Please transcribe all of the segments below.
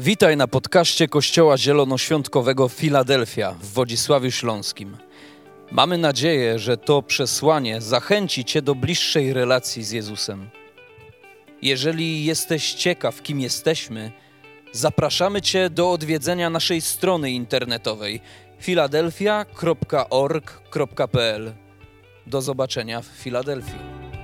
Witaj na podcaście Kościoła Zielonoświątkowego Filadelfia w Wodzisławiu Śląskim. Mamy nadzieję, że to przesłanie zachęci Cię do bliższej relacji z Jezusem. Jeżeli jesteś ciekaw, kim jesteśmy, zapraszamy Cię do odwiedzenia naszej strony internetowej filadelfia.org.pl. Do zobaczenia w Filadelfii.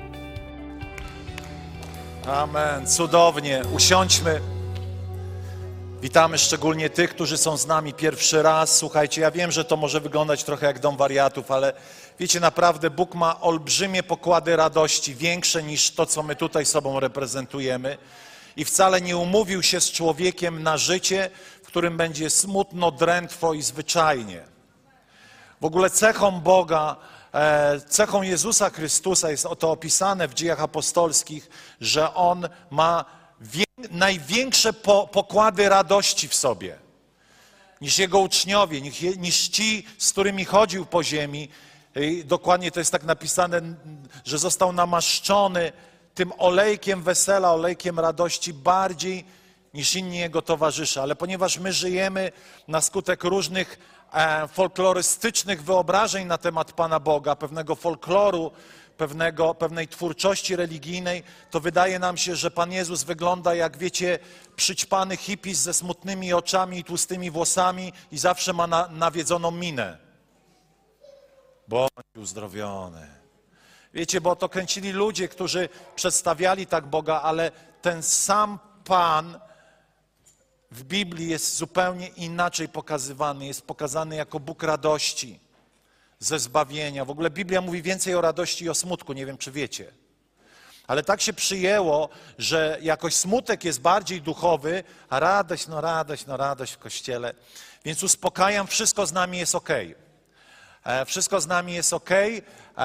Amen. Cudownie. Usiądźmy. Witamy szczególnie tych, którzy są z nami pierwszy raz. Słuchajcie, ja wiem, że to może wyglądać trochę jak dom wariatów, ale wiecie, naprawdę Bóg ma olbrzymie pokłady radości, większe niż to, co my tutaj sobą reprezentujemy. I wcale nie umówił się z człowiekiem na życie, w którym będzie smutno, drętwo i zwyczajnie. W ogóle cechą Boga, cechą Jezusa Chrystusa jest to opisane w Dziejach Apostolskich, że On ma największe pokłady radości w sobie niż Jego uczniowie, niż ci, z którymi chodził po ziemi. I dokładnie to jest tak napisane, że został namaszczony tym olejkiem wesela, olejkiem radości bardziej niż inni Jego towarzysze. Ale ponieważ my żyjemy na skutek różnych folklorystycznych wyobrażeń na temat Pana Boga, pewnego folkloru, pewnej twórczości religijnej, to wydaje nam się, że Pan Jezus wygląda jak, wiecie, przyćpany hipis ze smutnymi oczami i tłustymi włosami i zawsze ma nawiedzoną minę. Bądź uzdrowiony. Wiecie, bo to kręcili ludzie, którzy przedstawiali tak Boga, ale ten sam Pan w Biblii jest zupełnie inaczej pokazywany. Jest pokazany jako Bóg radości, ze zbawienia. W ogóle Biblia mówi więcej o radości i o smutku, nie wiem, czy wiecie. Ale tak się przyjęło, że jakoś smutek jest bardziej duchowy, a radość w Kościele. Więc uspokajam, wszystko z nami jest okej. Wszystko z nami jest okej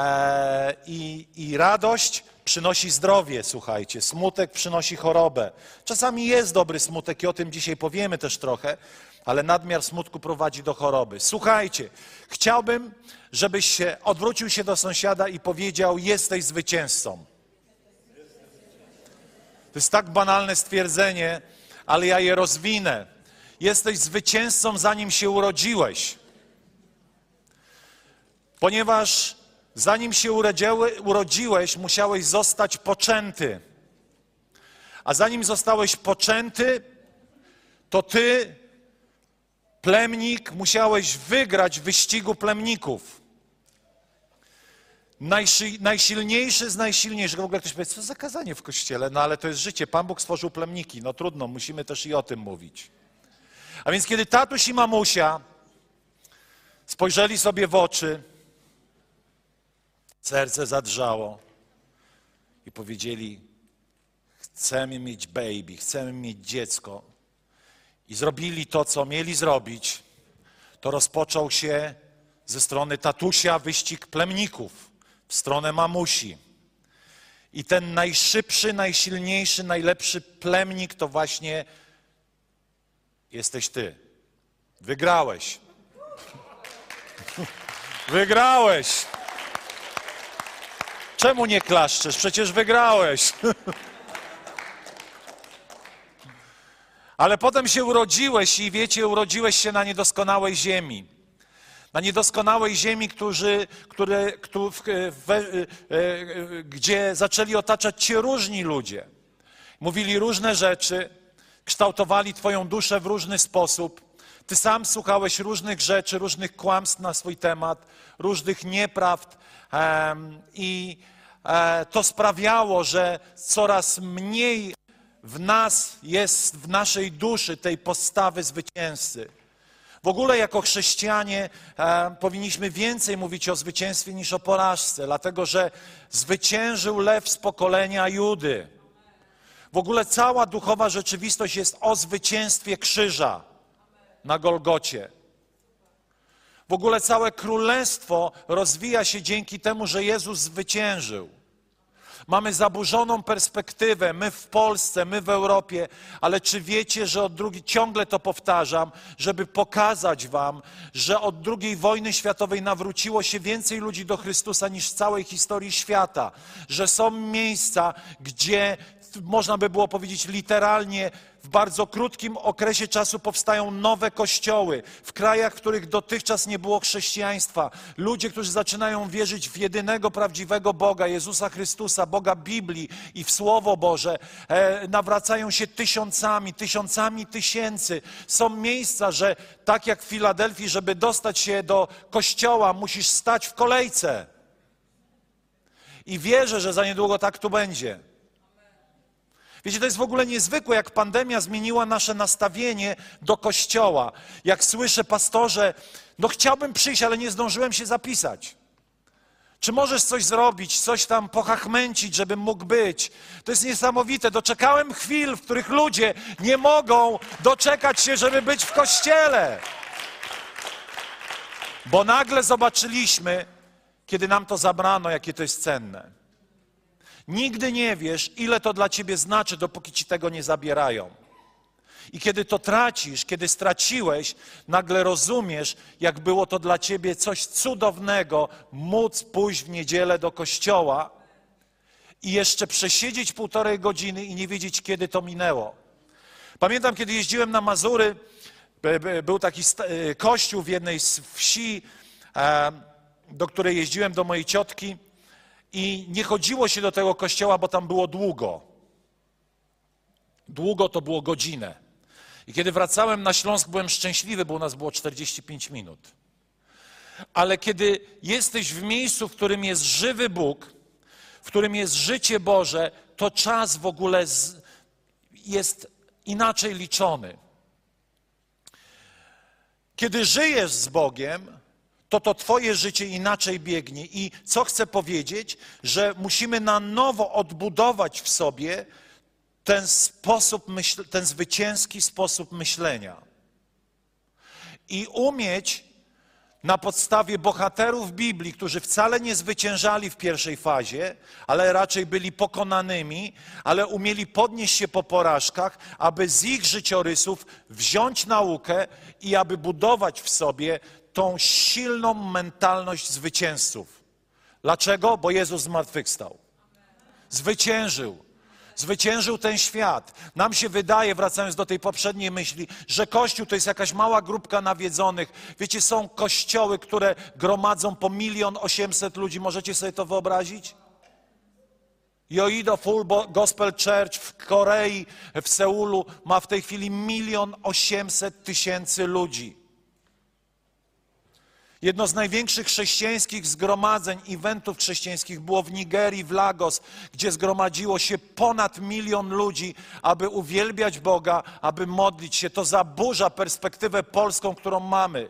i radość przynosi zdrowie, słuchajcie. Smutek przynosi chorobę. Czasami jest dobry smutek i o tym dzisiaj powiemy też trochę, ale nadmiar smutku prowadzi do choroby. Słuchajcie, chciałbym, żebyś odwrócił się do sąsiada i powiedział: jesteś zwycięzcą. To jest tak banalne stwierdzenie, ale ja je rozwinę. Jesteś zwycięzcą, zanim się urodziłeś. Ponieważ zanim się urodziłeś, musiałeś zostać poczęty. A zanim zostałeś poczęty, to ty, plemnik, musiałeś wygrać w wyścigu plemników. Najsilniejszy z najsilniejszych. W ogóle ktoś powie, co za kazanie w Kościele? No ale to jest życie. Pan Bóg stworzył plemniki. No trudno, musimy też i o tym mówić. A więc kiedy tatuś i mamusia spojrzeli sobie w oczy, serce zadrżało i powiedzieli: chcemy mieć baby, chcemy mieć dziecko. I zrobili to, co mieli zrobić. To rozpoczął się ze strony tatusia wyścig plemników w stronę mamusi. I ten najszybszy, najsilniejszy, najlepszy plemnik to właśnie jesteś ty. Wygrałeś. Wygrałeś. Czemu nie klaszczesz? Przecież wygrałeś. Ale potem się urodziłeś i wiecie, urodziłeś się na niedoskonałej ziemi. Na niedoskonałej ziemi, gdzie zaczęli otaczać cię różni ludzie. Mówili różne rzeczy, kształtowali twoją duszę w różny sposób. Ty sam słuchałeś różnych rzeczy, różnych kłamstw na swój temat, różnych nieprawd i to sprawiało, że coraz mniej w nas jest, w naszej duszy, tej postawy zwycięzcy. W ogóle jako chrześcijanie powinniśmy więcej mówić o zwycięstwie niż o porażce, dlatego że zwyciężył lew z pokolenia Judy. W ogóle cała duchowa rzeczywistość jest o zwycięstwie krzyża na Golgocie. W ogóle całe królestwo rozwija się dzięki temu, że Jezus zwyciężył. Mamy zaburzoną perspektywę, my w Polsce, my w Europie, ale czy wiecie, że ciągle to powtarzam, żeby pokazać wam, że od II wojny światowej nawróciło się więcej ludzi do Chrystusa niż w całej historii świata, że są miejsca, gdzie można by było powiedzieć literalnie, w bardzo krótkim okresie czasu powstają nowe kościoły w krajach, w których dotychczas nie było chrześcijaństwa. Ludzie, którzy zaczynają wierzyć w jedynego prawdziwego Boga, Jezusa Chrystusa, Boga Biblii i w Słowo Boże, nawracają się tysiącami tysięcy. Są miejsca, że tak jak w Filadelfii, żeby dostać się do kościoła, musisz stać w kolejce. I wierzę, że za niedługo tak tu będzie. Wiecie, to jest w ogóle niezwykłe, jak pandemia zmieniła nasze nastawienie do Kościoła. Jak słyszę, pastorze, no chciałbym przyjść, ale nie zdążyłem się zapisać. Czy możesz coś zrobić, coś tam pochachmęcić, żebym mógł być? To jest niesamowite. Doczekałem chwil, w których ludzie nie mogą doczekać się, żeby być w Kościele. Bo nagle zobaczyliśmy, kiedy nam to zabrano, jakie to jest cenne. Nigdy nie wiesz, ile to dla ciebie znaczy, dopóki ci tego nie zabierają. I kiedy to tracisz, kiedy straciłeś, nagle rozumiesz, jak było to dla ciebie coś cudownego, móc pójść w niedzielę do kościoła i jeszcze przesiedzieć 1,5 godziny i nie wiedzieć, kiedy to minęło. Pamiętam, kiedy jeździłem na Mazury, był taki kościół w jednej z wsi, do której jeździłem, do mojej ciotki. I nie chodziło się do tego kościoła, bo tam było długo. Długo to było godzinę. I kiedy wracałem na Śląsk, byłem szczęśliwy, bo u nas było 45 minut. Ale kiedy jesteś w miejscu, w którym jest żywy Bóg, w którym jest życie Boże, to czas w ogóle jest inaczej liczony. Kiedy żyjesz z Bogiem, to twoje życie inaczej biegnie. I co chcę powiedzieć? Że musimy na nowo odbudować w sobie ten zwycięski sposób myślenia. I umieć na podstawie bohaterów Biblii, którzy wcale nie zwyciężali w pierwszej fazie, ale raczej byli pokonanymi, ale umieli podnieść się po porażkach, aby z ich życiorysów wziąć naukę i aby budować w sobie tą silną mentalność zwycięzców. Dlaczego? Bo Jezus zmartwychwstał. Zwyciężył. Zwyciężył ten świat. Nam się wydaje, wracając do tej poprzedniej myśli, że Kościół to jest jakaś mała grupka nawiedzonych. Wiecie, są kościoły, które gromadzą po 1 800 000 ludzi. Możecie sobie to wyobrazić? Yoido Full Gospel Church w Korei, w Seulu ma w tej chwili 1 800 000 ludzi. Jedno z największych chrześcijańskich zgromadzeń, eventów chrześcijańskich było w Nigerii, w Lagos, gdzie zgromadziło się ponad 1 000 000 ludzi, aby uwielbiać Boga, aby modlić się. To zaburza perspektywę polską, którą mamy.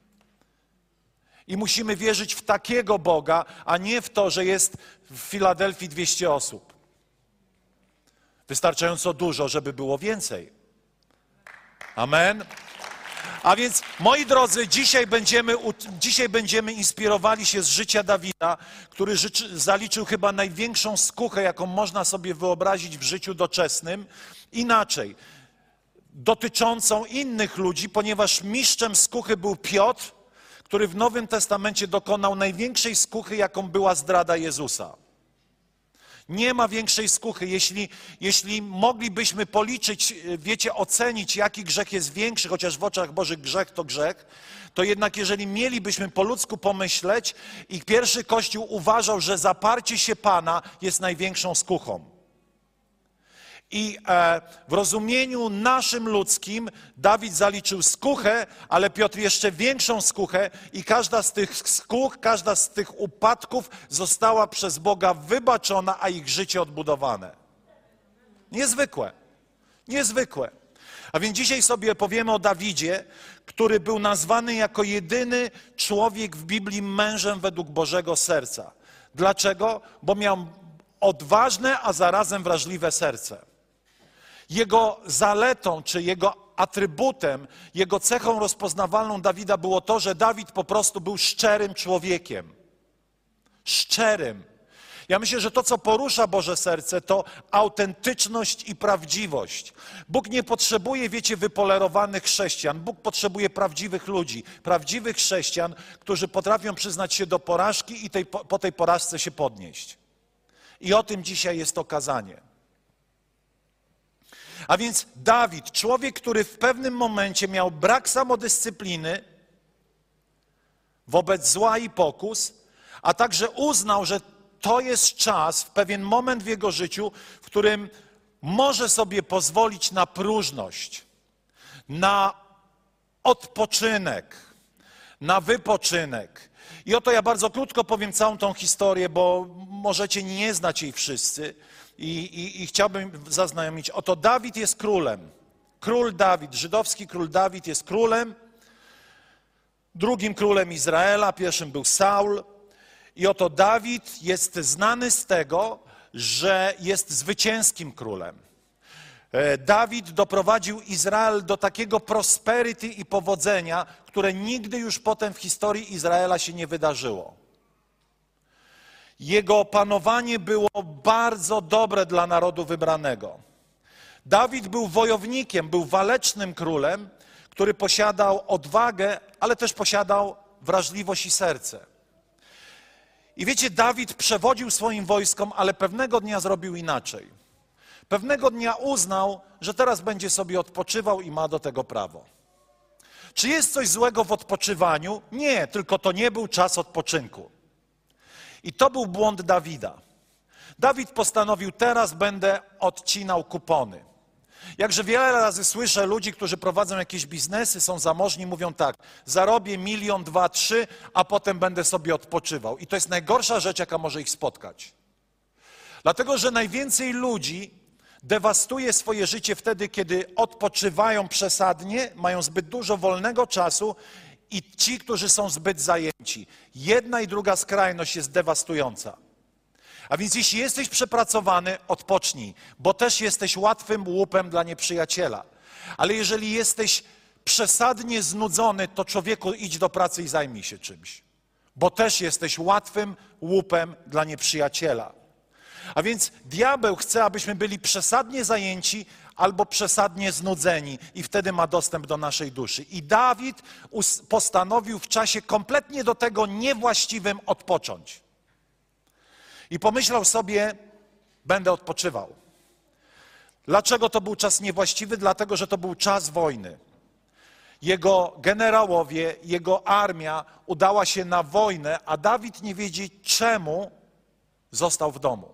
I musimy wierzyć w takiego Boga, a nie w to, że jest w Filadelfii 200 osób. Wystarczająco dużo, żeby było więcej. Amen. A więc, moi drodzy, dzisiaj będziemy inspirowali się z życia Dawida, który zaliczył chyba największą skuchę, jaką można sobie wyobrazić w życiu doczesnym. Inaczej, dotyczącą innych ludzi, ponieważ mistrzem skuchy był Piotr, który w Nowym Testamencie dokonał największej skuchy, jaką była zdrada Jezusa. Nie ma większej skuchy. Jeśli moglibyśmy policzyć, wiecie, ocenić, jaki grzech jest większy, chociaż w oczach Bożych grzech, to jednak jeżeli mielibyśmy po ludzku pomyśleć i pierwszy Kościół uważał, że zaparcie się Pana jest największą skuchą. I w rozumieniu naszym ludzkim Dawid zaliczył skuchę, ale Piotr jeszcze większą skuchę i każda z tych skóch, każda z tych upadków została przez Boga wybaczona, a ich życie odbudowane. Niezwykłe. Niezwykłe. A więc dzisiaj sobie powiemy o Dawidzie, który był nazwany jako jedyny człowiek w Biblii mężem według Bożego serca. Dlaczego? Bo miał odważne, a zarazem wrażliwe serce. Jego zaletą, czy jego atrybutem, jego cechą rozpoznawalną Dawida było to, że Dawid po prostu był szczerym człowiekiem. Szczerym. Ja myślę, że to, co porusza Boże serce, to autentyczność i prawdziwość. Bóg nie potrzebuje, wiecie, wypolerowanych chrześcijan. Bóg potrzebuje prawdziwych ludzi, prawdziwych chrześcijan, którzy potrafią przyznać się do porażki i po tej porażce się podnieść. I o tym dzisiaj jest to kazanie. A więc Dawid, człowiek, który w pewnym momencie miał brak samodyscypliny wobec zła i pokus, a także uznał, że to jest czas, pewien moment w jego życiu, w którym może sobie pozwolić na próżność, na odpoczynek, na wypoczynek. I oto ja bardzo krótko powiem całą tą historię, bo możecie nie znać jej wszyscy i chciałbym zaznajomić. Oto Dawid jest królem. Król Dawid, żydowski król Dawid jest królem, drugim królem Izraela, pierwszym był Saul. I oto Dawid jest znany z tego, że jest zwycięskim królem. Dawid doprowadził Izrael do takiego prosperity i powodzenia, które nigdy już potem w historii Izraela się nie wydarzyło. Jego panowanie było bardzo dobre dla narodu wybranego. Dawid był wojownikiem, był walecznym królem, który posiadał odwagę, ale też posiadał wrażliwość i serce. I wiecie, Dawid przewodził swoim wojskom, ale pewnego dnia zrobił inaczej. Pewnego dnia uznał, że teraz będzie sobie odpoczywał i ma do tego prawo. Czy jest coś złego w odpoczywaniu? Nie, tylko to nie był czas odpoczynku. I to był błąd Dawida. Dawid postanowił, teraz będę odcinał kupony. Jakże wiele razy słyszę ludzi, którzy prowadzą jakieś biznesy, są zamożni, mówią tak, zarobię 1, 2 miliony, 3, a potem będę sobie odpoczywał. I to jest najgorsza rzecz, jaka może ich spotkać. Dlatego, że najwięcej ludzi dewastuje swoje życie wtedy, kiedy odpoczywają przesadnie, mają zbyt dużo wolnego czasu i ci, którzy są zbyt zajęci. Jedna i druga skrajność jest dewastująca. A więc jeśli jesteś przepracowany, odpocznij, bo też jesteś łatwym łupem dla nieprzyjaciela. Ale jeżeli jesteś przesadnie znudzony, to człowieku idź do pracy i zajmij się czymś, bo też jesteś łatwym łupem dla nieprzyjaciela. A więc diabeł chce, abyśmy byli przesadnie zajęci albo przesadnie znudzeni i wtedy ma dostęp do naszej duszy. I Dawid postanowił w czasie kompletnie do tego niewłaściwym odpocząć. I pomyślał sobie, będę odpoczywał. Dlaczego to był czas niewłaściwy? Dlatego, że to był czas wojny. Jego generałowie, jego armia udała się na wojnę, a Dawid nie wiedzie czemu został w domu.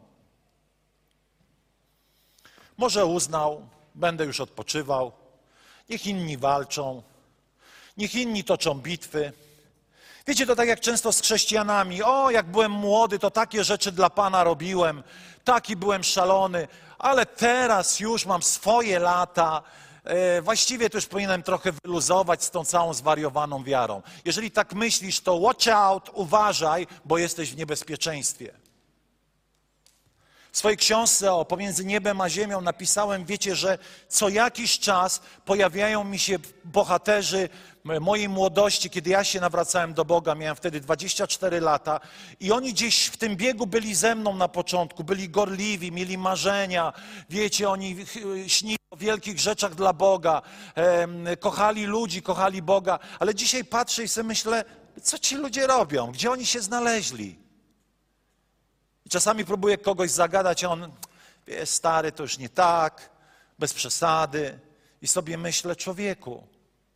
Może uznał, będę już odpoczywał, niech inni walczą, niech inni toczą bitwy. Wiecie, to tak jak często z chrześcijanami, o jak byłem młody, to takie rzeczy dla Pana robiłem, taki byłem szalony, ale teraz już mam swoje lata, właściwie to już powinienem trochę wyluzować z tą całą zwariowaną wiarą. Jeżeli tak myślisz, to watch out, uważaj, bo jesteś w niebezpieczeństwie. W swojej książce o Pomiędzy niebem a ziemią napisałem, wiecie, że co jakiś czas pojawiają mi się bohaterzy mojej młodości, kiedy ja się nawracałem do Boga, miałem wtedy 24 lata i oni gdzieś w tym biegu byli ze mną na początku, byli gorliwi, mieli marzenia, wiecie, oni śnili o wielkich rzeczach dla Boga, kochali ludzi, kochali Boga, ale dzisiaj patrzę i sobie myślę, co ci ludzie robią, gdzie oni się znaleźli? I czasami próbuję kogoś zagadać, a on, wiesz, stary, to już nie tak, bez przesady. I sobie myślę, człowieku,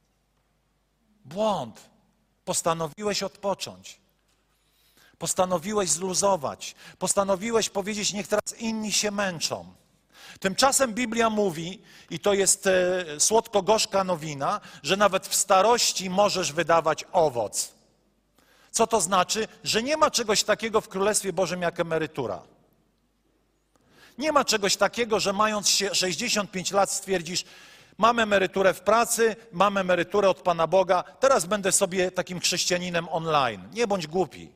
błąd. Postanowiłeś odpocząć. Postanowiłeś zluzować. Postanowiłeś powiedzieć, niech teraz inni się męczą. Tymczasem Biblia mówi, i to jest słodko-gorzka nowina, że nawet w starości możesz wydawać owoc. Co to znaczy? Że nie ma czegoś takiego w Królestwie Bożym jak emerytura. Nie ma czegoś takiego, że mając 65 lat stwierdzisz, mam emeryturę w pracy, mam emeryturę od Pana Boga, teraz będę sobie takim chrześcijaninem online. Nie bądź głupi.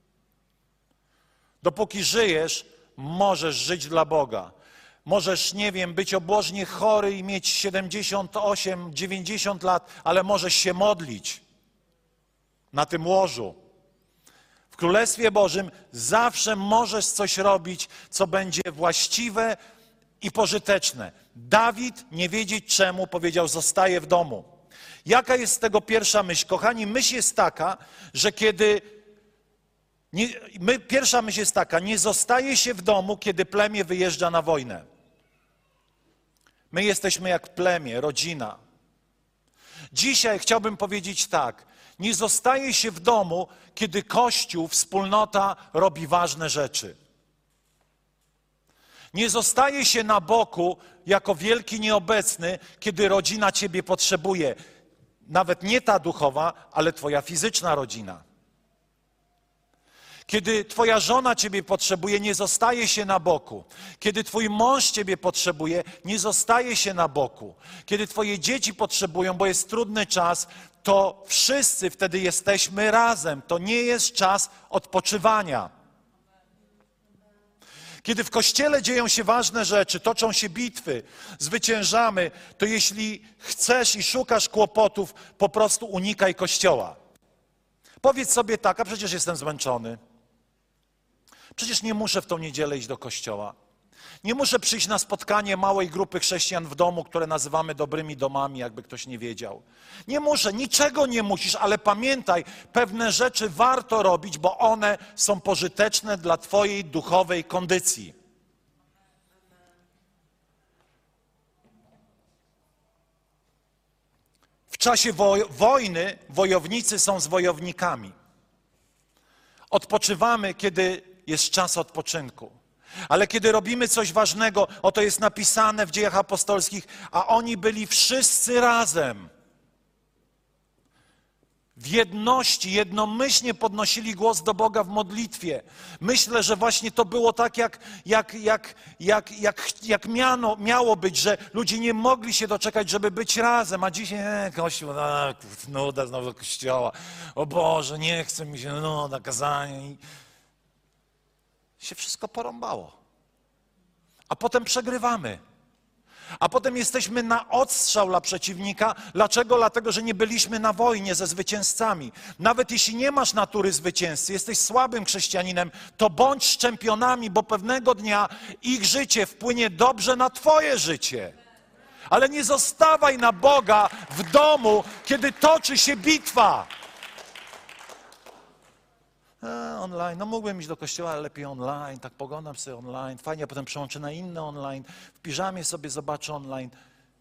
Dopóki żyjesz, możesz żyć dla Boga. Możesz, nie wiem, być obłożnie chory i mieć 78, 90 lat, ale możesz się modlić na tym łożu. W Królestwie Bożym zawsze możesz coś robić, co będzie właściwe i pożyteczne. Dawid, nie wiedzieć czemu, powiedział, zostaję w domu. Jaka jest z tego pierwsza myśl? Kochani, myśl jest taka, że pierwsza myśl jest taka, nie zostaje się w domu, kiedy plemię wyjeżdża na wojnę. My jesteśmy jak plemię, rodzina. Dzisiaj chciałbym powiedzieć tak. Nie zostaje się w domu, kiedy Kościół, wspólnota robi ważne rzeczy. Nie zostaje się na boku jako wielki nieobecny, kiedy rodzina ciebie potrzebuje. Nawet nie ta duchowa, ale twoja fizyczna rodzina. Kiedy twoja żona ciebie potrzebuje, nie zostaje się na boku. Kiedy twój mąż ciebie potrzebuje, nie zostaje się na boku. Kiedy twoje dzieci potrzebują, bo jest trudny czas, to wszyscy wtedy jesteśmy razem. To nie jest czas odpoczywania. Kiedy w Kościele dzieją się ważne rzeczy, toczą się bitwy, zwyciężamy, to jeśli chcesz i szukasz kłopotów, po prostu unikaj Kościoła. Powiedz sobie tak, a przecież jestem zmęczony. Przecież nie muszę w tą niedzielę iść do kościoła. Nie muszę przyjść na spotkanie małej grupy chrześcijan w domu, które nazywamy dobrymi domami, jakby ktoś nie wiedział. Nie muszę, niczego nie musisz, ale pamiętaj, pewne rzeczy warto robić, bo one są pożyteczne dla twojej duchowej kondycji. W czasie wojny wojownicy są z wojownikami. Odpoczywamy, kiedy jest czas odpoczynku. Ale kiedy robimy coś ważnego, oto jest napisane w Dziejach Apostolskich, a oni byli wszyscy razem. W jedności, jednomyślnie podnosili głos do Boga w modlitwie. Myślę, że właśnie to było tak, jak miało być, że ludzie nie mogli się doczekać, żeby być razem, a dzisiaj Kościół, nuda znowu do kościoła, o Boże, nie chce mi się, nuda, kazanie. I się wszystko porąbało. A potem przegrywamy. A potem jesteśmy na odstrzał dla przeciwnika. Dlaczego? Dlatego, że nie byliśmy na wojnie ze zwycięzcami. Nawet jeśli nie masz natury zwycięzcy, jesteś słabym chrześcijaninem, to bądź z czempionami, bo pewnego dnia ich życie wpłynie dobrze na twoje życie. Ale nie zostawaj na Boga w domu, kiedy toczy się bitwa. Online, no mógłbym iść do kościoła, ale lepiej online, tak poglądam sobie online, fajnie, a potem przełączę na inny online, w piżamie sobie zobaczę online.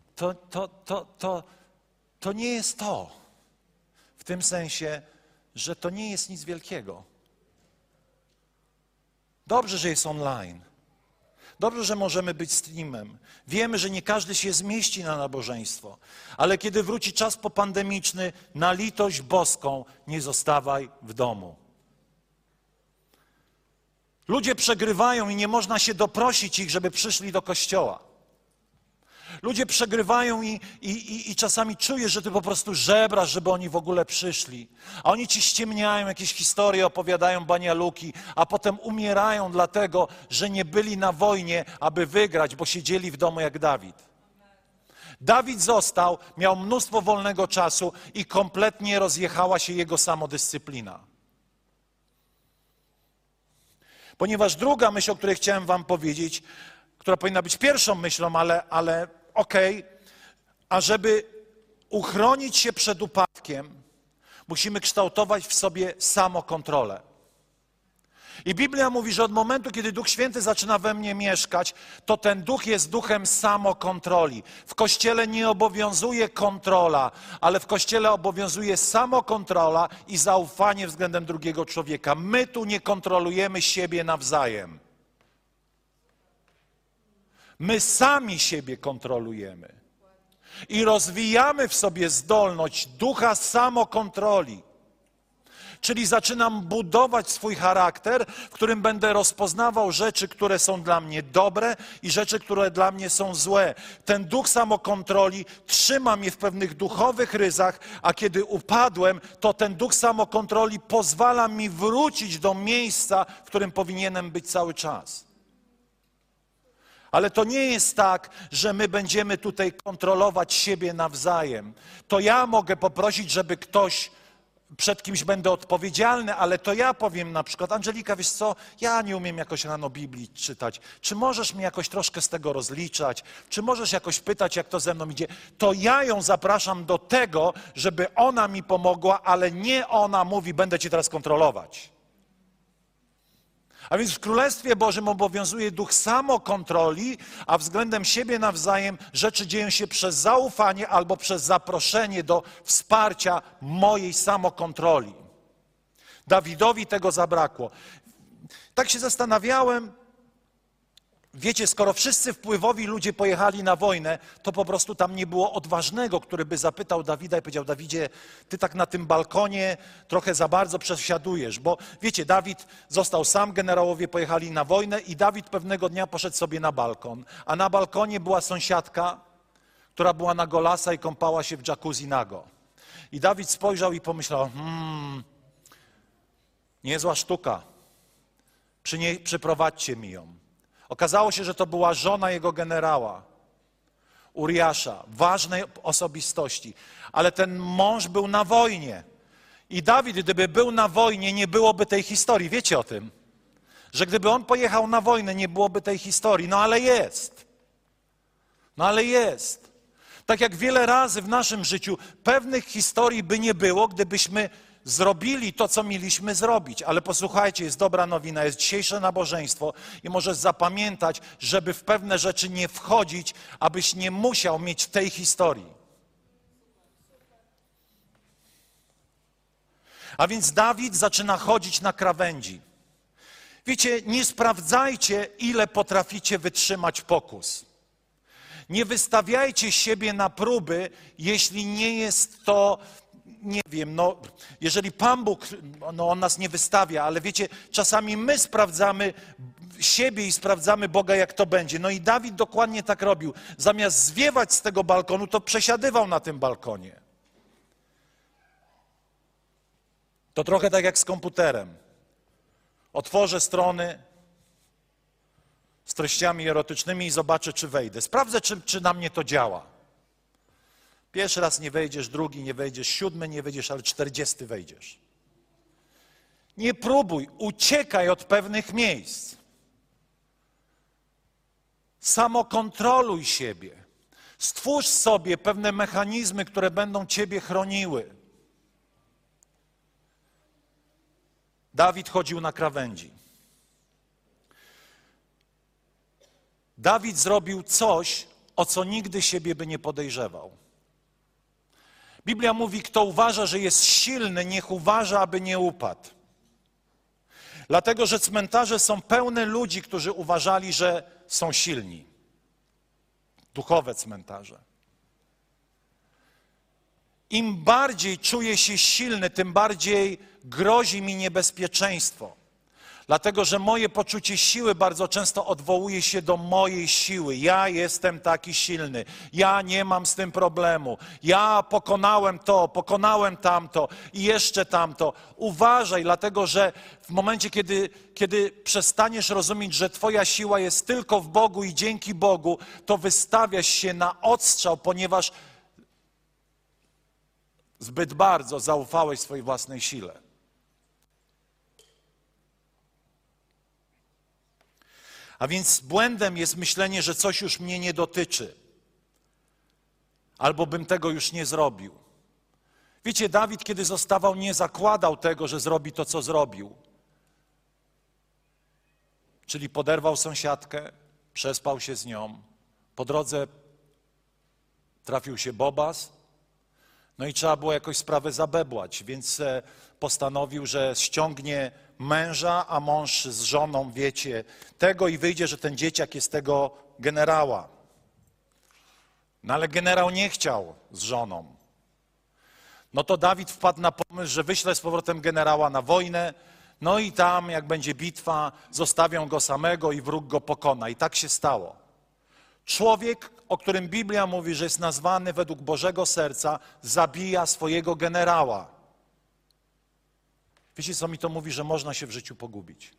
To nie jest to. W tym sensie, że to nie jest nic wielkiego. Dobrze, że jest online. Dobrze, że możemy być streamem. Wiemy, że nie każdy się zmieści na nabożeństwo, ale kiedy wróci czas popandemiczny, na litość boską nie zostawaj w domu. Ludzie przegrywają i nie można się doprosić ich, żeby przyszli do kościoła. Ludzie przegrywają i czasami czujesz, że ty po prostu żebrasz, żeby oni w ogóle przyszli. A oni ci ściemniają, jakieś historie opowiadają, banialuki, a potem umierają dlatego, że nie byli na wojnie, aby wygrać, bo siedzieli w domu jak Dawid. Dawid został, miał mnóstwo wolnego czasu i kompletnie rozjechała się jego samodyscyplina. Ponieważ druga myśl, o której chciałem wam powiedzieć, która powinna być pierwszą myślą, ale okej, ażeby uchronić się przed upadkiem, musimy kształtować w sobie samokontrolę. I Biblia mówi, że od momentu, kiedy Duch Święty zaczyna we mnie mieszkać, to ten Duch jest duchem samokontroli. W Kościele nie obowiązuje kontrola, ale w Kościele obowiązuje samokontrola i zaufanie względem drugiego człowieka. My tu nie kontrolujemy siebie nawzajem. My sami siebie kontrolujemy. I rozwijamy w sobie zdolność ducha samokontroli. Czyli zaczynam budować swój charakter, w którym będę rozpoznawał rzeczy, które są dla mnie dobre i rzeczy, które dla mnie są złe. Ten duch samokontroli trzyma mnie w pewnych duchowych ryzach, a kiedy upadłem, to ten duch samokontroli pozwala mi wrócić do miejsca, w którym powinienem być cały czas. Ale to nie jest tak, że my będziemy tutaj kontrolować siebie nawzajem. To ja mogę poprosić, żeby ktoś, przed kimś będę odpowiedzialny, ale to ja powiem na przykład, Angelika, wiesz co, ja nie umiem jakoś rano Biblii czytać. Czy możesz mnie jakoś troszkę z tego rozliczać? Czy możesz jakoś pytać, jak to ze mną idzie? To ja ją zapraszam do tego, żeby ona mi pomogła, ale nie ona mówi, będę cię teraz kontrolować. A więc w Królestwie Bożym obowiązuje duch samokontroli, a względem siebie nawzajem rzeczy dzieją się przez zaufanie albo przez zaproszenie do wsparcia mojej samokontroli. Dawidowi tego zabrakło. Tak się zastanawiałem, wiecie, skoro wszyscy wpływowi ludzie pojechali na wojnę, to po prostu tam nie było odważnego, który by zapytał Dawida i powiedział: Dawidzie, ty tak na tym balkonie trochę za bardzo przesiadujesz, bo wiecie, Dawid został sam, generałowie pojechali na wojnę i Dawid pewnego dnia poszedł sobie na balkon, a na balkonie była sąsiadka, która była na golasa i kąpała się w jacuzzi nago. I Dawid spojrzał i pomyślał: niezła sztuka, przyprowadźcie mi ją. Okazało się, że to była żona jego generała, Uriasza, ważnej osobistości. Ale ten mąż był na wojnie. I Dawid, gdyby był na wojnie, nie byłoby tej historii. Wiecie o tym? Że gdyby on pojechał na wojnę, nie byłoby tej historii. No ale jest. No ale jest. Tak jak wiele razy w naszym życiu pewnych historii by nie było, gdybyśmy zrobili to, co mieliśmy zrobić. Ale posłuchajcie, jest dobra nowina, jest dzisiejsze nabożeństwo i możesz zapamiętać, żeby w pewne rzeczy nie wchodzić, abyś nie musiał mieć tej historii. A więc Dawid zaczyna chodzić na krawędzi. Wiecie, nie sprawdzajcie, ile potraficie wytrzymać pokus. Nie wystawiajcie siebie na próby, jeśli nie jest to, nie wiem, jeżeli Pan Bóg, On nas nie wystawia, ale wiecie, czasami my sprawdzamy siebie i sprawdzamy Boga, jak to będzie. No i Dawid dokładnie tak robił. Zamiast zwiewać z tego balkonu, to przesiadywał na tym balkonie. To trochę tak jak z komputerem. Otworzę strony z treściami erotycznymi i zobaczę, czy wejdę. Sprawdzę, czy na mnie to działa. Pierwszy raz nie wejdziesz, drugi nie wejdziesz, 7 nie wejdziesz, ale 40 wejdziesz. Nie próbuj, uciekaj od pewnych miejsc. Samokontroluj siebie. Stwórz sobie pewne mechanizmy, które będą ciebie chroniły. Dawid chodził na krawędzi. Dawid zrobił coś, o co nigdy siebie by nie podejrzewał. Biblia mówi, kto uważa, że jest silny, niech uważa, aby nie upadł. Dlatego, że cmentarze są pełne ludzi, którzy uważali, że są silni. Duchowe cmentarze. Im bardziej czuję się silny, tym bardziej grozi mi niebezpieczeństwo. Dlatego, że moje poczucie siły bardzo często odwołuje się do mojej siły. Ja jestem taki silny. Ja nie mam z tym problemu. Ja pokonałem to, pokonałem tamto i jeszcze tamto. Uważaj, dlatego, że w momencie, kiedy przestaniesz rozumieć, że twoja siła jest tylko w Bogu i dzięki Bogu, to wystawiasz się na odstrzał, ponieważ zbyt bardzo zaufałeś swojej własnej sile. A więc błędem jest myślenie, że coś już mnie nie dotyczy. Albo bym tego już nie zrobił. Wiecie, Dawid, kiedy zostawał, nie zakładał tego, że zrobi to, co zrobił. Czyli poderwał sąsiadkę, przespał się z nią. Po drodze trafił się Bobas. No i trzeba było jakoś sprawę zabebłać, więc postanowił, że ściągnie męża, a mąż z żoną, wiecie, tego i wyjdzie, że ten dzieciak jest tego generała. No ale generał nie chciał z żoną. No to Dawid wpadł na pomysł, że wyśle z powrotem generała na wojnę, no i tam, jak będzie bitwa, zostawią go samego i wróg go pokona. I tak się stało. Człowiek, o którym Biblia mówi, że jest nazwany według Bożego serca, zabija swojego generała. Wiecie, co mi to mówi? Że można się w życiu pogubić.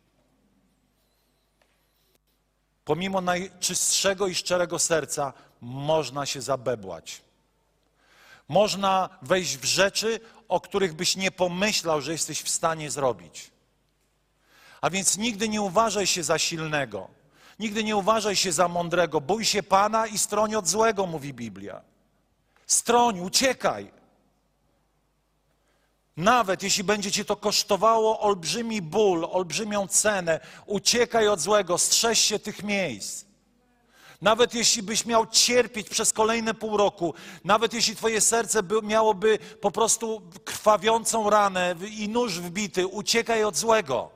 Pomimo najczystszego i szczerego serca można się zabebłać. Można wejść w rzeczy, o których byś nie pomyślał, że jesteś w stanie zrobić. A więc nigdy nie uważaj się za silnego. Nigdy nie uważaj się za mądrego. Bój się Pana i stroń od złego, mówi Biblia. Stroń, uciekaj. Nawet jeśli będzie ci to kosztowało olbrzymi ból, olbrzymią cenę, uciekaj od złego, strzeż się tych miejsc. Nawet jeśli byś miał cierpieć przez kolejne pół roku, nawet jeśli twoje serce miałoby po prostu krwawiącą ranę i nóż wbity, uciekaj od złego.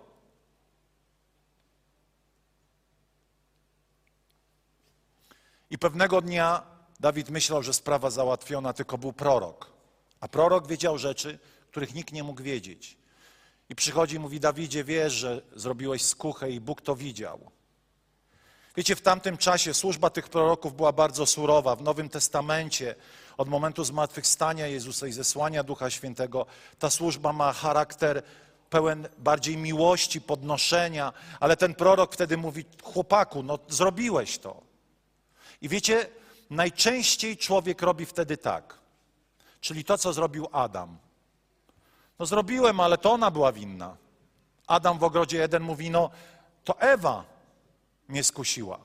I pewnego dnia Dawid myślał, że sprawa załatwiona, tylko był prorok. A prorok wiedział rzeczy, których nikt nie mógł wiedzieć. I przychodzi i mówi: Dawidzie, wiesz, że zrobiłeś skuchę i Bóg to widział. Wiecie, w tamtym czasie służba tych proroków była bardzo surowa. W Nowym Testamencie, od momentu zmartwychwstania Jezusa i zesłania Ducha Świętego, ta służba ma charakter pełen bardziej miłości, podnoszenia, ale ten prorok wtedy mówi: chłopaku, no zrobiłeś to. I wiecie, najczęściej człowiek robi wtedy tak, czyli to, co zrobił Adam. No zrobiłem, ale to ona była winna. Adam w ogrodzie Eden mówi: no to Ewa mnie skusiła.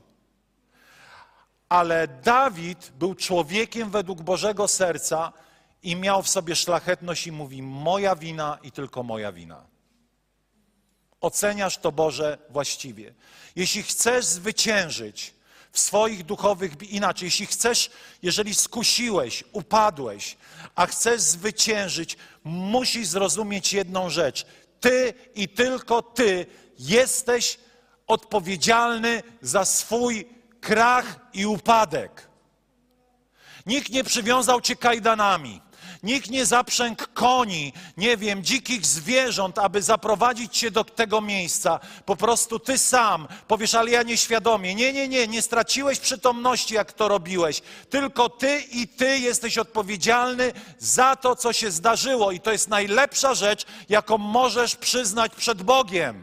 Ale Dawid był człowiekiem według Bożego serca i miał w sobie szlachetność i mówi: moja wina i tylko moja wina. Oceniasz to, Boże, właściwie. Jeśli chcesz zwyciężyć w swoich duchowych, inaczej, jeśli chcesz, jeżeli skusiłeś, upadłeś, a chcesz zwyciężyć, musisz zrozumieć jedną rzecz. Ty i tylko ty jesteś odpowiedzialny za swój krach i upadek. Nikt nie przywiązał cię kajdanami. Nikt nie zaprzęgł koni, nie wiem, dzikich zwierząt, aby zaprowadzić cię do tego miejsca. Po prostu ty sam powiesz: ale ja nieświadomie. Nie straciłeś przytomności, jak to robiłeś. Tylko ty i ty jesteś odpowiedzialny za to, co się zdarzyło. I to jest najlepsza rzecz, jaką możesz przyznać przed Bogiem.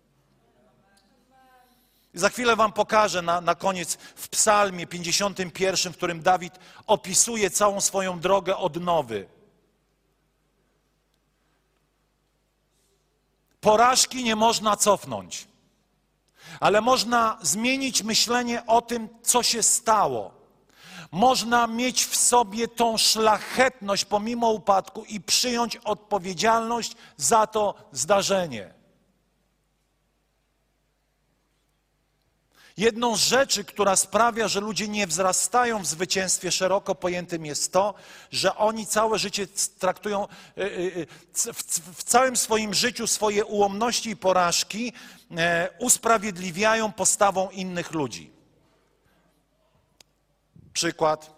Za chwilę wam pokażę na koniec w Psalmie 51, w którym Dawid opisuje całą swoją drogę odnowy. Porażki nie można cofnąć, ale można zmienić myślenie o tym, co się stało. Można mieć w sobie tą szlachetność pomimo upadku i przyjąć odpowiedzialność za to zdarzenie. Jedną z rzeczy, która sprawia, że ludzie nie wzrastają w zwycięstwie szeroko pojętym, jest to, że oni całe życie traktują, w całym swoim życiu swoje ułomności i porażki usprawiedliwiają postawą innych ludzi. Przykład.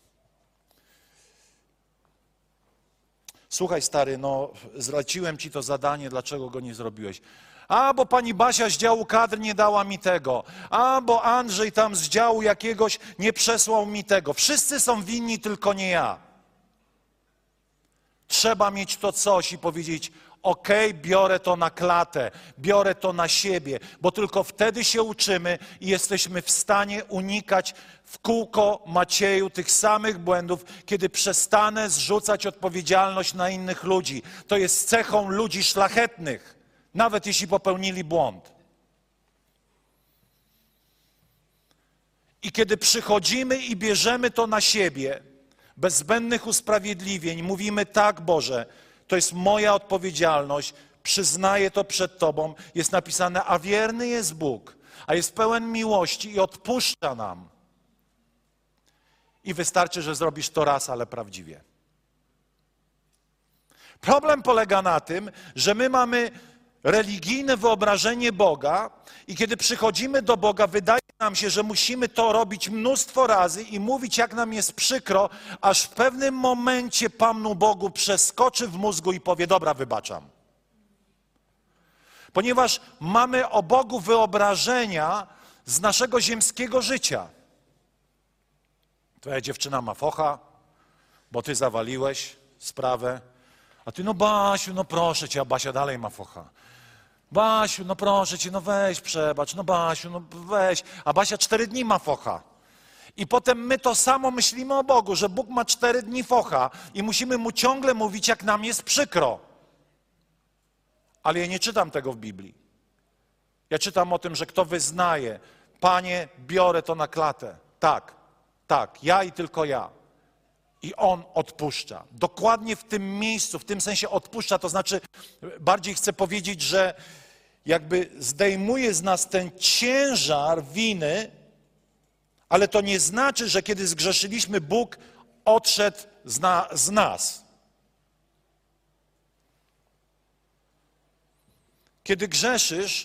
Słuchaj, stary, no zleciłem ci to zadanie, dlaczego go nie zrobiłeś? A, bo pani Basia z działu kadr nie dała mi tego. A, bo Andrzej tam z działu jakiegoś nie przesłał mi tego. Wszyscy są winni, tylko nie ja. Trzeba mieć to coś i powiedzieć: okej, biorę to na klatę, biorę to na siebie, bo tylko wtedy się uczymy i jesteśmy w stanie unikać w kółko, Macieju, tych samych błędów, kiedy przestanę zrzucać odpowiedzialność na innych ludzi. To jest cechą ludzi szlachetnych, nawet jeśli popełnili błąd. I kiedy przychodzimy i bierzemy to na siebie, bez zbędnych usprawiedliwień, mówimy: tak, Boże, to jest moja odpowiedzialność, przyznaję to przed Tobą. Jest napisane: a wierny jest Bóg, a jest pełen miłości i odpuszcza nam. I wystarczy, że zrobisz to raz, ale prawdziwie. Problem polega na tym, że my mamy religijne wyobrażenie Boga i kiedy przychodzimy do Boga, wydaje nam się, że musimy to robić mnóstwo razy i mówić, jak nam jest przykro, aż w pewnym momencie Panu Bogu przeskoczy w mózgu i powie: dobra, wybaczam. Ponieważ mamy o Bogu wyobrażenia z naszego ziemskiego życia. Twoja dziewczyna ma focha, bo ty zawaliłeś sprawę, a ty: no Basiu, no proszę cię, a Basia dalej ma focha. Basiu, no proszę cię, no weź przebacz, no Basiu, no weź. A Basia 4 dni ma focha. I potem my to samo myślimy o Bogu, że Bóg ma 4 dni focha i musimy Mu ciągle mówić, jak nam jest przykro. Ale ja nie czytam tego w Biblii. Ja czytam o tym, że kto wyznaje: Panie, biorę to na klatę. Tak, ja i tylko ja. I On odpuszcza. Dokładnie w tym miejscu, w tym sensie odpuszcza, to znaczy bardziej chcę powiedzieć, że jakby zdejmuje z nas ten ciężar winy, ale to nie znaczy, że kiedy zgrzeszyliśmy, Bóg odszedł z nas. Kiedy grzeszysz,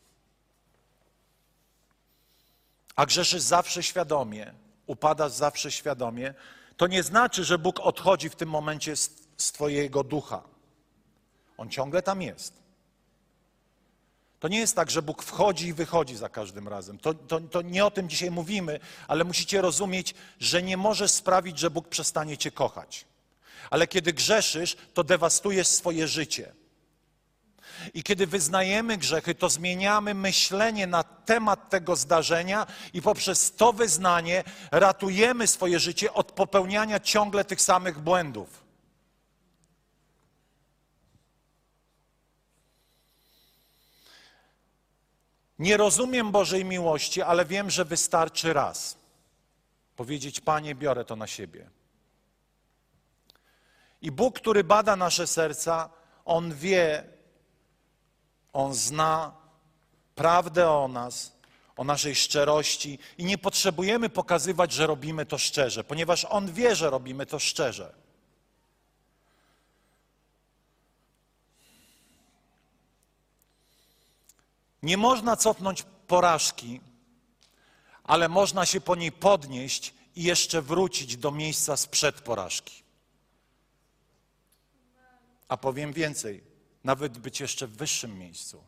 a grzeszysz zawsze świadomie, upadasz zawsze świadomie, to nie znaczy, że Bóg odchodzi w tym momencie z twojego ducha. On ciągle tam jest. To nie jest tak, że Bóg wchodzi i wychodzi za każdym razem. To nie o tym dzisiaj mówimy, ale musicie rozumieć, że nie możesz sprawić, że Bóg przestanie cię kochać. Ale kiedy grzeszysz, to dewastujesz swoje życie. I kiedy wyznajemy grzechy, to zmieniamy myślenie na temat tego zdarzenia i poprzez to wyznanie ratujemy swoje życie od popełniania ciągle tych samych błędów. Nie rozumiem Bożej miłości, ale wiem, że wystarczy raz powiedzieć: Panie, biorę to na siebie. I Bóg, który bada nasze serca, On wie, On zna prawdę o nas, o naszej szczerości i nie potrzebujemy pokazywać, że robimy to szczerze, ponieważ On wie, że robimy to szczerze. Nie można cofnąć porażki, ale można się po niej podnieść i jeszcze wrócić do miejsca sprzed porażki. A powiem więcej, nawet być jeszcze w wyższym miejscu.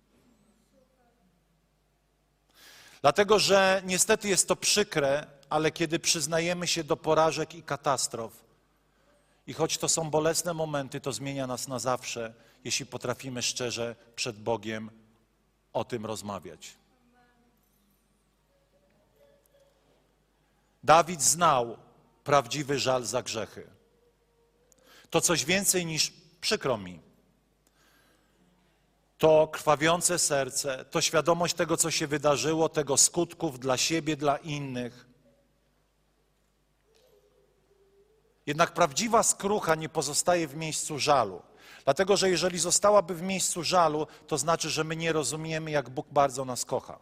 Dlatego, że niestety jest to przykre, ale kiedy przyznajemy się do porażek i katastrof, i choć to są bolesne momenty, to zmienia nas na zawsze, jeśli potrafimy szczerze przed Bogiem o tym rozmawiać. Dawid znał prawdziwy żal za grzechy. To coś więcej niż przykro mi. To krwawiące serce, to świadomość tego, co się wydarzyło, tego skutków dla siebie, dla innych. Jednak prawdziwa skrucha nie pozostaje w miejscu żalu. Dlatego, że jeżeli zostałaby w miejscu żalu, to znaczy, że my nie rozumiemy, jak Bóg bardzo nas kocha.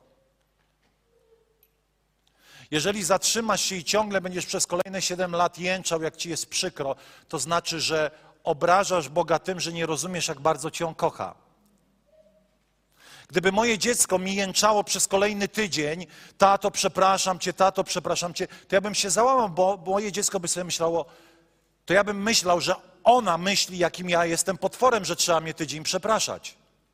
Jeżeli zatrzymasz się i ciągle będziesz przez kolejne 7 lat jęczał, jak ci jest przykro, to znaczy, że obrażasz Boga tym, że nie rozumiesz, jak bardzo cię On kocha. Gdyby moje dziecko mi jęczało przez kolejny tydzień: tato, przepraszam cię, to ja bym się załamał, bo moje dziecko by sobie myślało, to ja bym myślał, że ona myśli, jakim ja jestem potworem, że trzeba mnie tydzień przepraszać.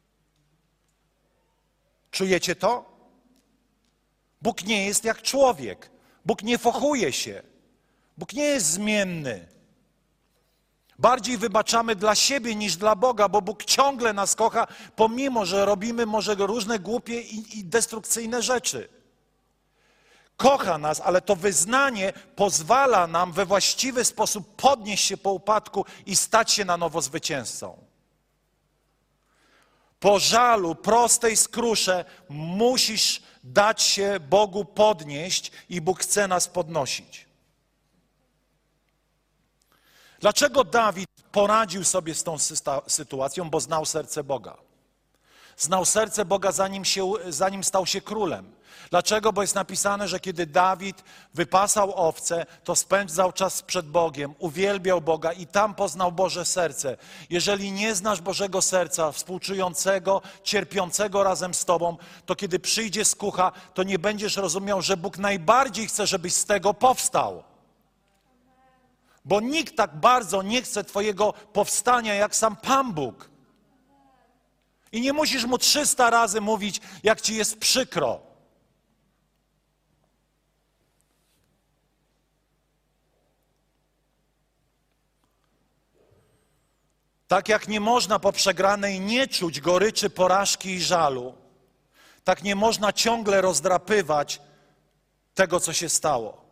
Czujecie to? Bóg nie jest jak człowiek. Bóg nie fochuje się. Bóg nie jest zmienny. Bardziej wybaczamy dla siebie niż dla Boga, bo Bóg ciągle nas kocha, pomimo że robimy może różne głupie i destrukcyjne rzeczy. Kocha nas, ale to wyznanie pozwala nam we właściwy sposób podnieść się po upadku i stać się na nowo zwycięzcą. Po żalu, prostej skrusze musisz dać się Bogu podnieść i Bóg chce nas podnosić. Dlaczego Dawid poradził sobie z tą sytuacją? Bo znał serce Boga. Znał serce Boga, zanim stał się królem. Dlaczego? Bo jest napisane, że kiedy Dawid wypasał owce, to spędzał czas przed Bogiem, uwielbiał Boga i tam poznał Boże serce. Jeżeli nie znasz Bożego serca, współczującego, cierpiącego razem z Tobą, to kiedy przyjdzie skucha, to nie będziesz rozumiał, że Bóg najbardziej chce, żebyś z tego powstał. Bo nikt tak bardzo nie chce Twojego powstania, jak sam Pan Bóg. I nie musisz Mu 300 razy mówić, jak Ci jest przykro. Tak jak nie można po przegranej nie czuć goryczy, porażki i żalu, tak nie można ciągle rozdrapywać tego, co się stało.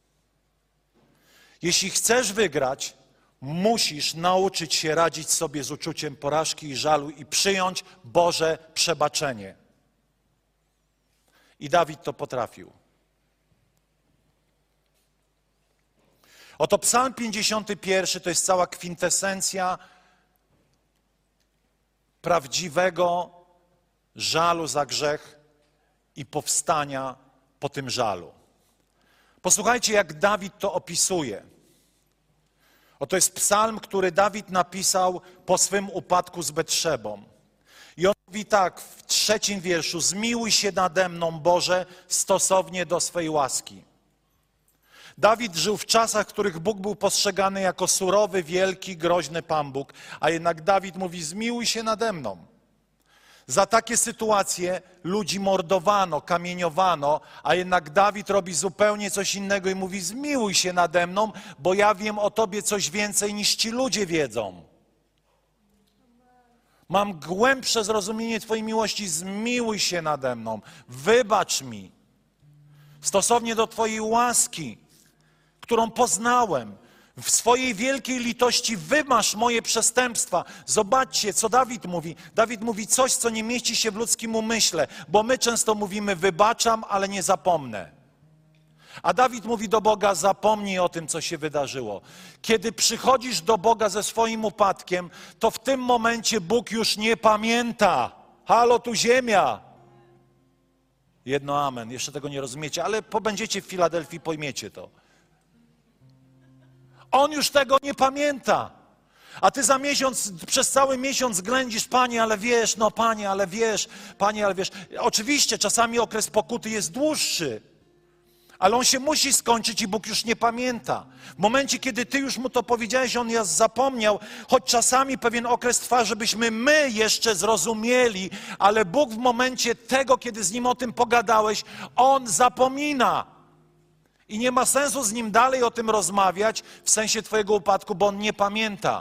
Jeśli chcesz wygrać, musisz nauczyć się radzić sobie z uczuciem porażki i żalu i przyjąć Boże przebaczenie. I Dawid to potrafił. Oto Psalm 51 to jest cała kwintesencja prawdziwego żalu za grzech i powstania po tym żalu. Posłuchajcie, jak Dawid to opisuje. Oto jest psalm, który Dawid napisał po swym upadku z Betszebą. I on mówi tak w 3 wierszu: zmiłuj się nade mną, Boże, stosownie do swej łaski. Dawid żył w czasach, w których Bóg był postrzegany jako surowy, wielki, groźny Pan Bóg, a jednak Dawid mówi: zmiłuj się nade mną. Za takie sytuacje ludzi mordowano, kamieniowano, a jednak Dawid robi zupełnie coś innego i mówi: zmiłuj się nade mną, bo ja wiem o Tobie coś więcej niż ci ludzie wiedzą. Mam głębsze zrozumienie Twojej miłości, zmiłuj się nade mną, wybacz mi. Stosownie do Twojej łaski, którą poznałem, w swojej wielkiej litości wymasz moje przestępstwa. Zobaczcie, co Dawid mówi. Dawid mówi coś, co nie mieści się w ludzkim umyśle, bo my często mówimy: wybaczam, ale nie zapomnę. A Dawid mówi do Boga: zapomnij o tym, co się wydarzyło. Kiedy przychodzisz do Boga ze swoim upadkiem, to w tym momencie Bóg już nie pamięta. Halo, tu ziemia. Jedno amen. Jeszcze tego nie rozumiecie, ale pobędziecie w Filadelfii, pojmiecie to. On już tego nie pamięta. A ty za miesiąc, przez cały miesiąc ględzisz: Panie, ale wiesz, no Panie, ale wiesz, Panie, ale wiesz. Oczywiście czasami okres pokuty jest dłuższy, ale on się musi skończyć i Bóg już nie pamięta. W momencie, kiedy ty już mu to powiedziałeś, on nas zapomniał, choć czasami pewien okres trwa, żebyśmy my jeszcze zrozumieli, ale Bóg w momencie tego, kiedy z nim o tym pogadałeś, on zapomina. I nie ma sensu z nim dalej o tym rozmawiać w sensie twojego upadku, bo on nie pamięta.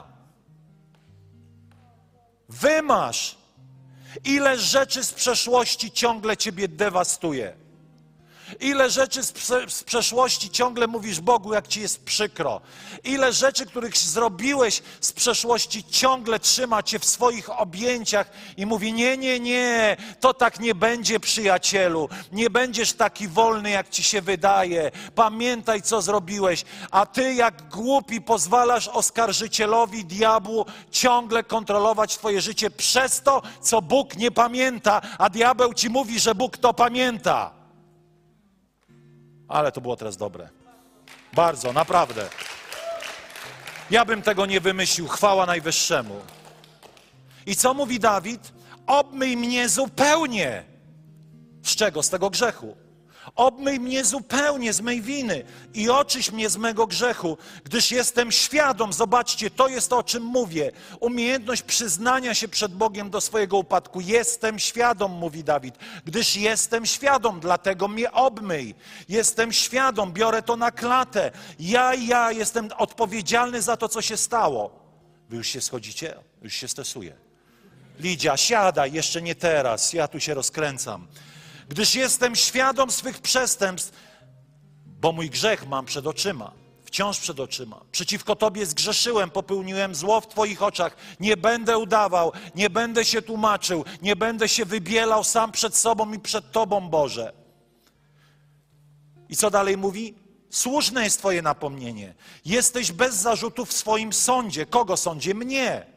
Wymasz. Ile rzeczy z przeszłości ciągle ciebie dewastuje. Ile rzeczy z przeszłości ciągle mówisz Bogu, jak ci jest przykro. Ile rzeczy, których zrobiłeś z przeszłości, ciągle trzyma cię w swoich objęciach i mówi: nie, nie, nie, to tak nie będzie, przyjacielu. Nie będziesz taki wolny, jak ci się wydaje. Pamiętaj, co zrobiłeś. A ty, jak głupi, pozwalasz oskarżycielowi, diabłu, ciągle kontrolować twoje życie przez to, co Bóg nie pamięta, a diabeł ci mówi, że Bóg to pamięta. Ale to było teraz dobre. Bardzo, naprawdę. Ja bym tego nie wymyślił. Chwała Najwyższemu. I co mówi Dawid? Obmyj mnie zupełnie. Z czego? Z tego grzechu. Obmyj mnie zupełnie z mej winy i oczyść mnie z mego grzechu, gdyż jestem świadom. Zobaczcie, to jest to, o czym mówię. Umiejętność przyznania się przed Bogiem do swojego upadku. Jestem świadom, mówi Dawid, gdyż jestem świadom, dlatego mnie obmyj. Jestem świadom, biorę to na klatę. Ja jestem odpowiedzialny za to, co się stało. Wy już się schodzicie? Już się stresuję. Lidia, siadaj, jeszcze nie teraz, ja tu się rozkręcam. Gdyż jestem świadom swych przestępstw, bo mój grzech mam przed oczyma, wciąż przed oczyma. Przeciwko Tobie zgrzeszyłem, popełniłem zło w Twoich oczach. Nie będę udawał, nie będę się tłumaczył, nie będę się wybielał sam przed sobą i przed Tobą, Boże. I co dalej mówi? Słuszne jest Twoje napomnienie. Jesteś bez zarzutu w swoim sądzie. Kogo sądzie? Mnie.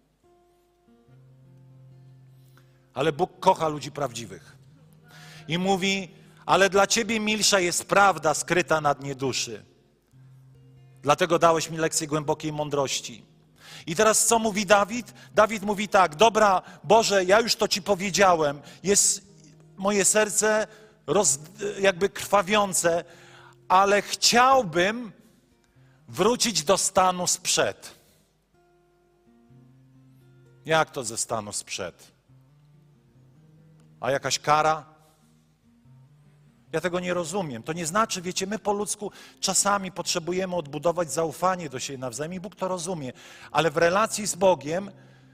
Ale Bóg kocha ludzi prawdziwych. I mówi: ale dla Ciebie milsza jest prawda skryta na dnie duszy. Dlatego dałeś mi lekcję głębokiej mądrości. I teraz co mówi Dawid? Dawid mówi tak: dobra, Boże, ja już to Ci powiedziałem. Jest moje serce jakby krwawiące, ale chciałbym wrócić do stanu sprzed. Jak to ze stanu sprzed? A jakaś kara? Ja tego nie rozumiem. To nie znaczy, wiecie, my po ludzku czasami potrzebujemy odbudować zaufanie do siebie nawzajem i Bóg to rozumie. Ale w relacji z Bogiem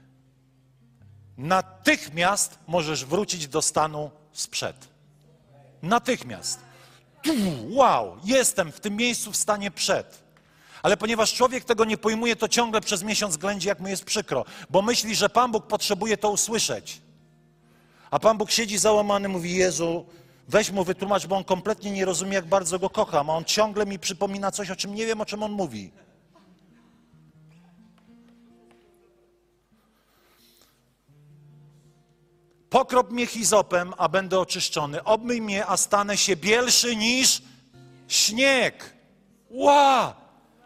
natychmiast możesz wrócić do stanu sprzed. Natychmiast. Wow, jestem w tym miejscu w stanie przed. Ale ponieważ człowiek tego nie pojmuje, to ciągle przez miesiąc ględzi, jak mu jest przykro. Bo myśli, że Pan Bóg potrzebuje to usłyszeć. A Pan Bóg siedzi załamany, mówi: Jezu, Weź mu wytłumacz, bo on kompletnie nie rozumie, jak bardzo go kocham, a on ciągle mi przypomina coś, o czym nie wiem, o czym on mówi. Pokrop mnie hizopem, a będę oczyszczony. Obmyj mnie, a stanę się bielszy niż śnieg. Ła!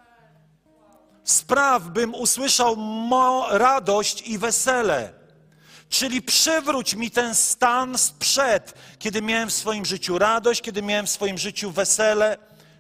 Spraw, bym usłyszał radość i wesele. Czyli przywróć mi ten stan sprzed, kiedy miałem w swoim życiu radość, kiedy miałem w swoim życiu wesele.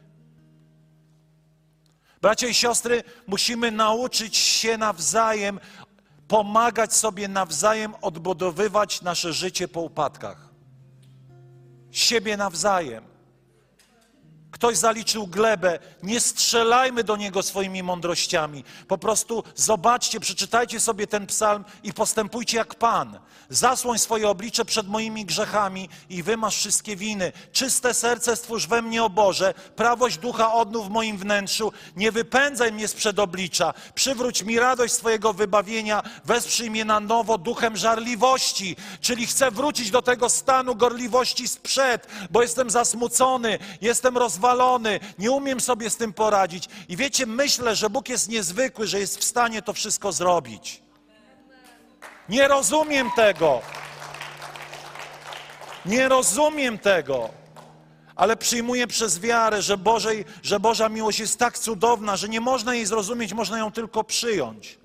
Bracia i siostry, musimy nauczyć się nawzajem, pomagać sobie nawzajem odbudowywać nasze życie po upadkach. Siebie nawzajem. Ktoś zaliczył glebę, nie strzelajmy do niego swoimi mądrościami. Po prostu zobaczcie, przeczytajcie sobie ten psalm i postępujcie jak Pan. Zasłoń swoje oblicze przed moimi grzechami i wymaż wszystkie winy. Czyste serce stwórz we mnie, o Boże, prawość ducha odnów w moim wnętrzu. Nie wypędzaj mnie sprzed oblicza. Przywróć mi radość swojego wybawienia. Wesprzyj mnie na nowo duchem żarliwości. Czyli chcę wrócić do tego stanu gorliwości sprzed, bo jestem zasmucony, jestem rozwalony, nie umiem sobie z tym poradzić. I wiecie, myślę, że Bóg jest niezwykły, że jest w stanie to wszystko zrobić. Nie rozumiem tego. Nie rozumiem tego. Ale przyjmuję przez wiarę, że Boża miłość jest tak cudowna, że nie można jej zrozumieć, można ją tylko przyjąć.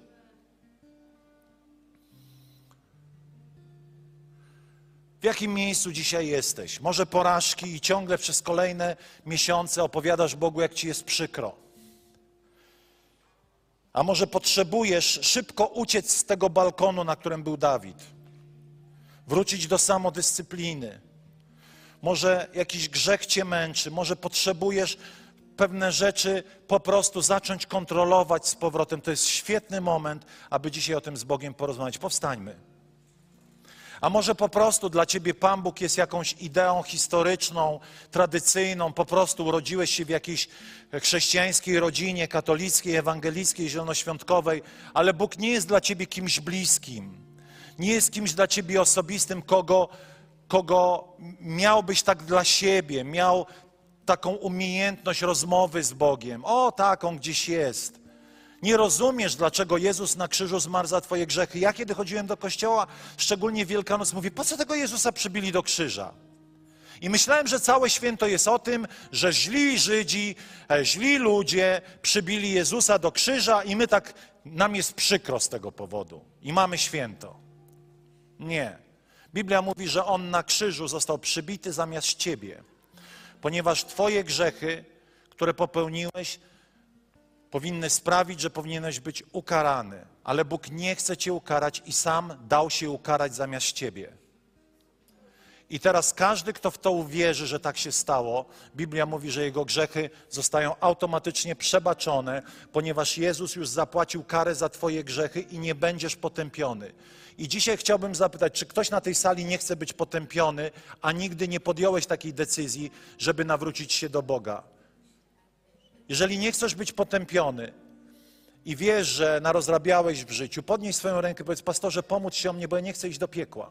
W jakim miejscu dzisiaj jesteś? Może porażki i ciągle przez kolejne miesiące opowiadasz Bogu, jak ci jest przykro. A może potrzebujesz szybko uciec z tego balkonu, na którym był Dawid. Wrócić do samodyscypliny. Może jakiś grzech cię męczy, może potrzebujesz pewne rzeczy po prostu zacząć kontrolować z powrotem. To jest świetny moment, aby dzisiaj o tym z Bogiem porozmawiać. Powstańmy. A może po prostu dla ciebie Pan Bóg jest jakąś ideą historyczną, tradycyjną, po prostu urodziłeś się w jakiejś chrześcijańskiej rodzinie, katolickiej, ewangelickiej, zielonoświątkowej, ale Bóg nie jest dla ciebie kimś bliskim, nie jest kimś dla ciebie osobistym, kogo miałbyś tak dla siebie, miał taką umiejętność rozmowy z Bogiem. O, tak, on gdzieś jest. Nie rozumiesz, dlaczego Jezus na krzyżu zmarł za twoje grzechy. Ja kiedy chodziłem do kościoła, szczególnie w Wielkanoc, mówię, po co tego Jezusa przybili do krzyża? I myślałem, że całe święto jest o tym, że źli Żydzi, źli ludzie przybili Jezusa do krzyża i nam jest przykro z tego powodu. I mamy święto. Nie. Biblia mówi, że On na krzyżu został przybity zamiast ciebie, ponieważ twoje grzechy, które popełniłeś, powinny sprawić, że powinieneś być ukarany. Ale Bóg nie chce cię ukarać i sam dał się ukarać zamiast ciebie. I teraz każdy, kto w to uwierzy, że tak się stało, Biblia mówi, że jego grzechy zostają automatycznie przebaczone, ponieważ Jezus już zapłacił karę za twoje grzechy i nie będziesz potępiony. I dzisiaj chciałbym zapytać, czy ktoś na tej sali nie chce być potępiony, a nigdy nie podjąłeś takiej decyzji, żeby nawrócić się do Boga? Jeżeli nie chcesz być potępiony i wiesz, że narozrabiałeś w życiu, podnieś swoją rękę i powiedz, pastorze, pomóż się o mnie, bo ja nie chcę iść do piekła.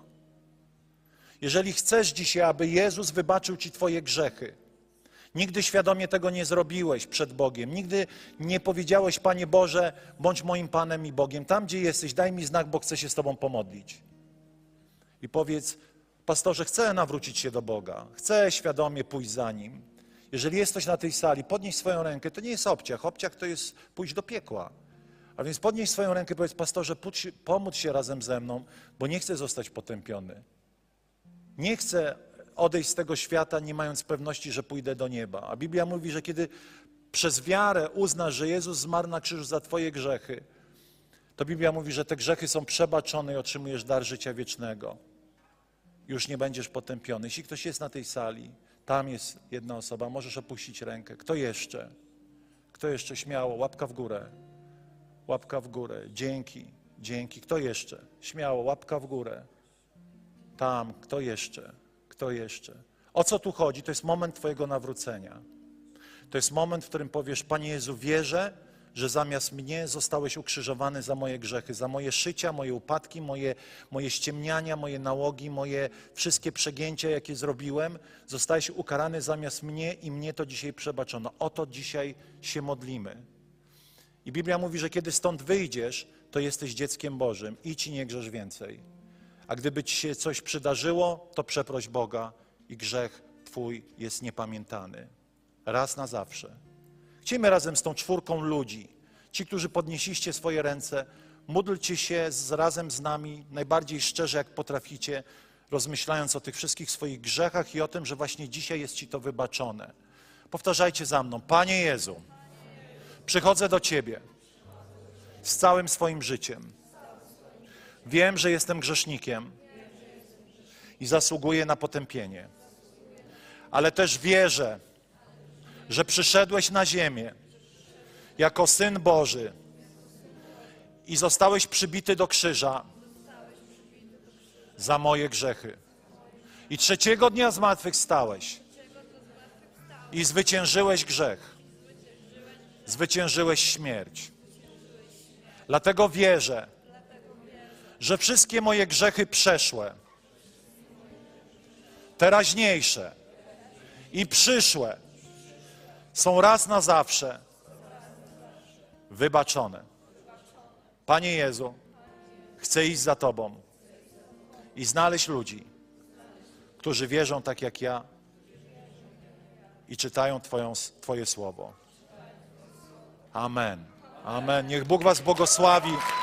Jeżeli chcesz dzisiaj, aby Jezus wybaczył ci twoje grzechy, nigdy świadomie tego nie zrobiłeś przed Bogiem, nigdy nie powiedziałeś, Panie Boże, bądź moim Panem i Bogiem, tam gdzie jesteś, daj mi znak, bo chcę się z Tobą pomodlić. I powiedz, pastorze, chcę nawrócić się do Boga, chcę świadomie pójść za Nim. Jeżeli jesteś na tej sali, podnieś swoją rękę, to nie jest obciach, obciach to jest pójść do piekła. A więc podnieś swoją rękę i powiedz, pastorze, pomódl się razem ze mną, bo nie chcę zostać potępiony. Nie chcę odejść z tego świata, nie mając pewności, że pójdę do nieba. A Biblia mówi, że kiedy przez wiarę uznasz, że Jezus zmarł na krzyżu za twoje grzechy, to Biblia mówi, że te grzechy są przebaczone i otrzymujesz dar życia wiecznego. Już nie będziesz potępiony. Jeśli ktoś jest na tej sali, tam jest jedna osoba, możesz opuścić rękę. Kto jeszcze? Kto jeszcze? Śmiało, łapka w górę. Łapka w górę. Dzięki, dzięki. Kto jeszcze? Śmiało, łapka w górę. Tam, kto jeszcze? Kto jeszcze? O co tu chodzi? To jest moment twojego nawrócenia. To jest moment, w którym powiesz, Panie Jezu, wierzę, że zamiast mnie zostałeś ukrzyżowany za moje grzechy, za moje szycia, moje upadki, moje ściemniania, moje nałogi, moje wszystkie przegięcia, jakie zrobiłem. Zostałeś ukarany zamiast mnie i mnie to dzisiaj przebaczono. O to dzisiaj się modlimy. I Biblia mówi, że kiedy stąd wyjdziesz, to jesteś dzieckiem Bożym. Idź i nie grzesz więcej. A gdyby ci się coś przydarzyło, to przeproś Boga i grzech twój jest niepamiętany. Raz na zawsze. Chcielibyśmy razem z tą czwórką ludzi, ci, którzy podnieśliście swoje ręce, módlcie się razem z nami, najbardziej szczerze jak potraficie, rozmyślając o tych wszystkich swoich grzechach i o tym, że właśnie dzisiaj jest ci to wybaczone. Powtarzajcie za mną. Panie Jezu, przychodzę do Ciebie z całym swoim życiem. Wiem, że jestem grzesznikiem i zasługuję na potępienie. Ale też wierzę, że przyszedłeś na ziemię jako Syn Boży i zostałeś przybity do krzyża za moje grzechy. I trzeciego dnia zmartwychwstałeś i zwyciężyłeś grzech. Zwyciężyłeś śmierć. Dlatego wierzę, że wszystkie moje grzechy przeszłe, teraźniejsze i przyszłe są raz na zawsze wybaczone. Panie Jezu, chcę iść za Tobą i znaleźć ludzi, którzy wierzą tak jak ja i czytają Twoje słowo. Amen. Amen. Niech Bóg was błogosławi.